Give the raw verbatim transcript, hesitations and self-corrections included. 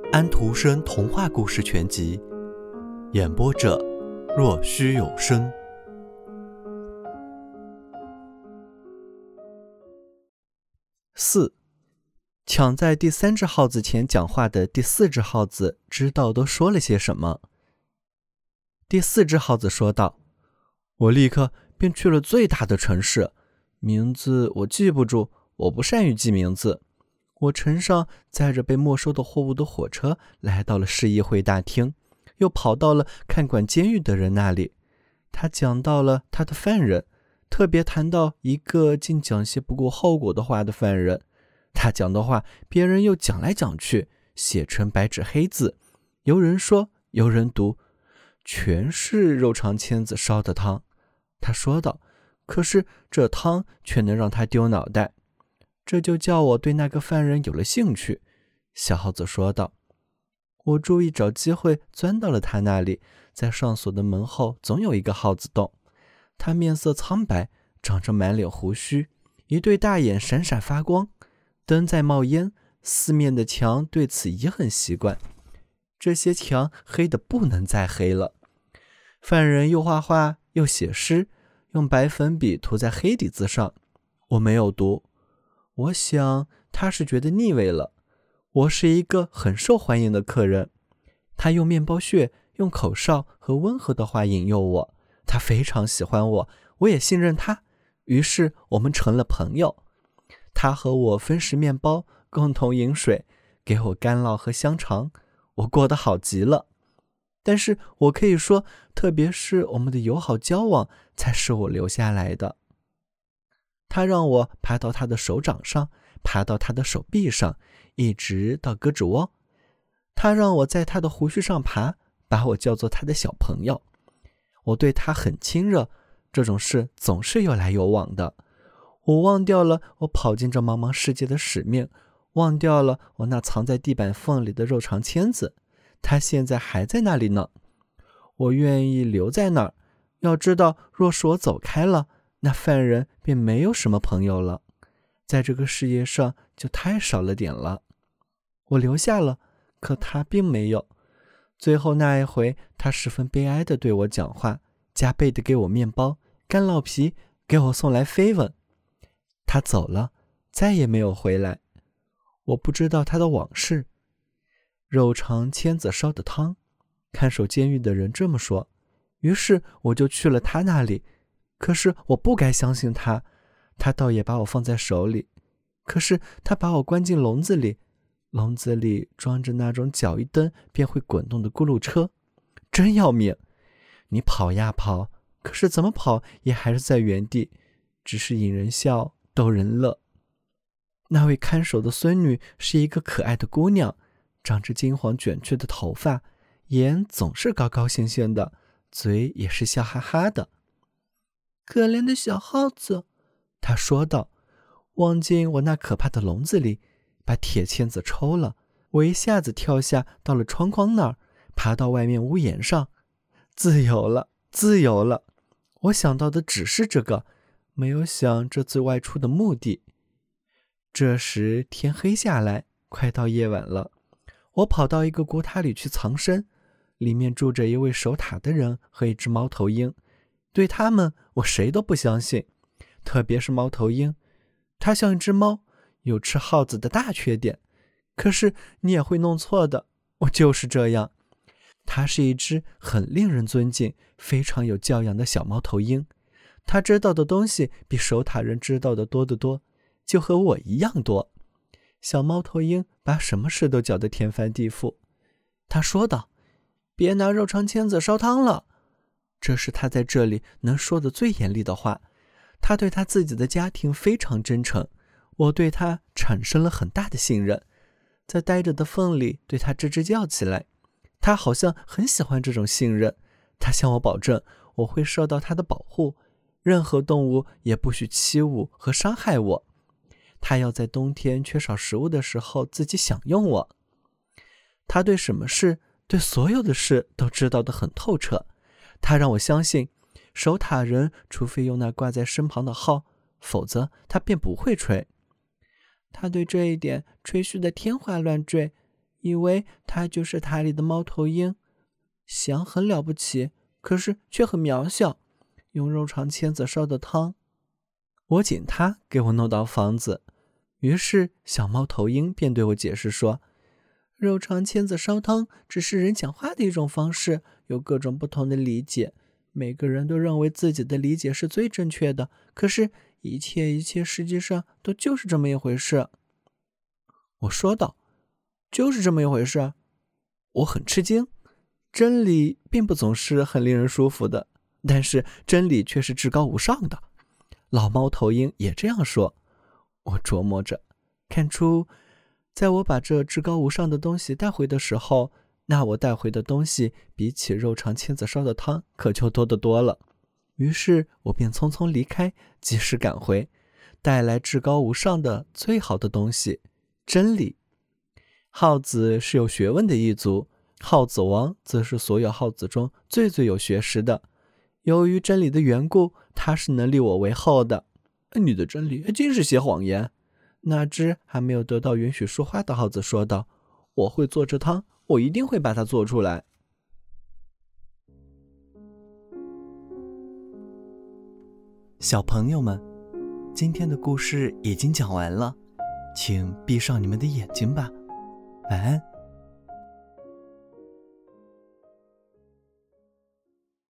安徒生童话故事全集，演播者若虚有声。四，抢在第三只耗子前讲话的第四只耗子知道都说了些什么。第四只耗子说道：我立刻便去了最大的城市，名字我记不住，我不善于记名字。我乘上载着被没收的货物的火车，来到了市议会大厅，又跑到了看管监狱的人那里。他讲到了他的犯人，特别谈到一个竟讲些不顾后果的话的犯人。他讲的话别人又讲来讲去，写成白纸黑字，有人说有人读，全是肉肠签子烧的汤。他说道，可是这汤却能让他丢脑袋，这就叫我对那个犯人有了兴趣。小耗子说道，我注意找机会钻到了他那里，在上锁的门后总有一个耗子洞。他面色苍白，长着满脸胡须，一对大眼闪闪发光，灯在冒烟，四面的墙对此已很习惯，这些墙黑得不能再黑了。犯人又画画又写诗，用白粉笔涂在黑底子上。我没有读，我想他是觉得腻味了。我是一个很受欢迎的客人，他用面包屑，用口哨和温和的话引诱我，他非常喜欢我，我也信任他，于是我们成了朋友。他和我分食面包，共同饮水，给我干酪和香肠，我过得好极了。但是我可以说，特别是我们的友好交往才使我留下来的。他让我爬到他的手掌上，爬到他的手臂上，一直到胳肢窝。他让我在他的胡须上爬，把我叫做他的小朋友。我对他很亲热，这种事总是有来有往的。我忘掉了我跑进这茫茫世界的使命，忘掉了我那藏在地板缝里的肉肠签子，他现在还在那里呢。我愿意留在那儿，要知道若是我走开了，那犯人便没有什么朋友了，在这个世界上就太少了点了。我留下了，可他并没有。最后那一回，他十分悲哀地对我讲话，加倍地给我面包、干酪皮，给我送来飞吻。他走了，再也没有回来。我不知道他的往事。肉肠签子烧的汤，看守监狱的人这么说，于是我就去了他那里。可是我不该相信他，他倒也把我放在手里，可是他把我关进笼子里，笼子里装着那种脚一蹬便会滚动的咕噜车，真要命。你跑呀跑，可是怎么跑也还是在原地，只是引人笑，逗人乐。那位看守的孙女是一个可爱的姑娘，长着金黄卷曲的头发，眼总是高高兴兴的，嘴也是笑哈哈的。可怜的小耗子，他说道，望进我那可怕的笼子里，把铁签子抽了，我一下子跳下到了窗框那儿，爬到外面屋檐上，自由了，自由了。我想到的只是这个，没有想这次外出的目的。这时天黑下来，快到夜晚了。我跑到一个古塔里去藏身，里面住着一位守塔的人和一只猫头鹰。对他们我谁都不相信，特别是猫头鹰，它像一只猫，有吃耗子的大缺点。可是你也会弄错的，我就是这样。它是一只很令人尊敬、非常有教养的小猫头鹰，它知道的东西比守塔人知道的多得多，就和我一样多。小猫头鹰把什么事都搅得天翻地覆。他说道，别拿肉肠签子烧汤了。这是他在这里能说的最严厉的话。他对他自己的家庭非常真诚，我对他产生了很大的信任，在待着的缝里对他吱吱叫起来。他好像很喜欢这种信任，他向我保证我会受到他的保护，任何动物也不许欺侮和伤害我。他要在冬天缺少食物的时候自己享用我。他对什么事，对所有的事都知道得很透彻。他让我相信，守塔人除非用那挂在身旁的号，否则他便不会吹。他对这一点吹嘘得天花乱坠， 以为它就是塔里的猫头鹰，想很了不起，可是却很渺小。用肉肠签子烧的汤，我请他给我弄到房子。于是小猫头鹰便对我解释说，肉肠签子烧汤只是人讲话的一种方式，有各种不同的理解，每个人都认为自己的理解是最正确的，可是一切一切实际上都就是这么一回事。我说道，就是这么一回事。我很吃惊，真理并不总是很令人舒服的，但是真理却是至高无上的。老猫头鹰也这样说。我琢磨着，看出在我把这至高无上的东西带回的时候，那我带回的东西比起肉肠签子烧的汤可就多得多了。于是我便匆匆离开，及时赶回，带来至高无上的最好的东西，真理。耗子是有学问的一族，耗子王则是所有耗子中最最有学识的。由于真理的缘故，他是能立我为后的。你的真理尽是些谎言。那只还没有得到允许说话的耗子说道，我会做这汤，我一定会把它做出来。小朋友们，今天的故事已经讲完了，请闭上你们的眼睛吧，晚安。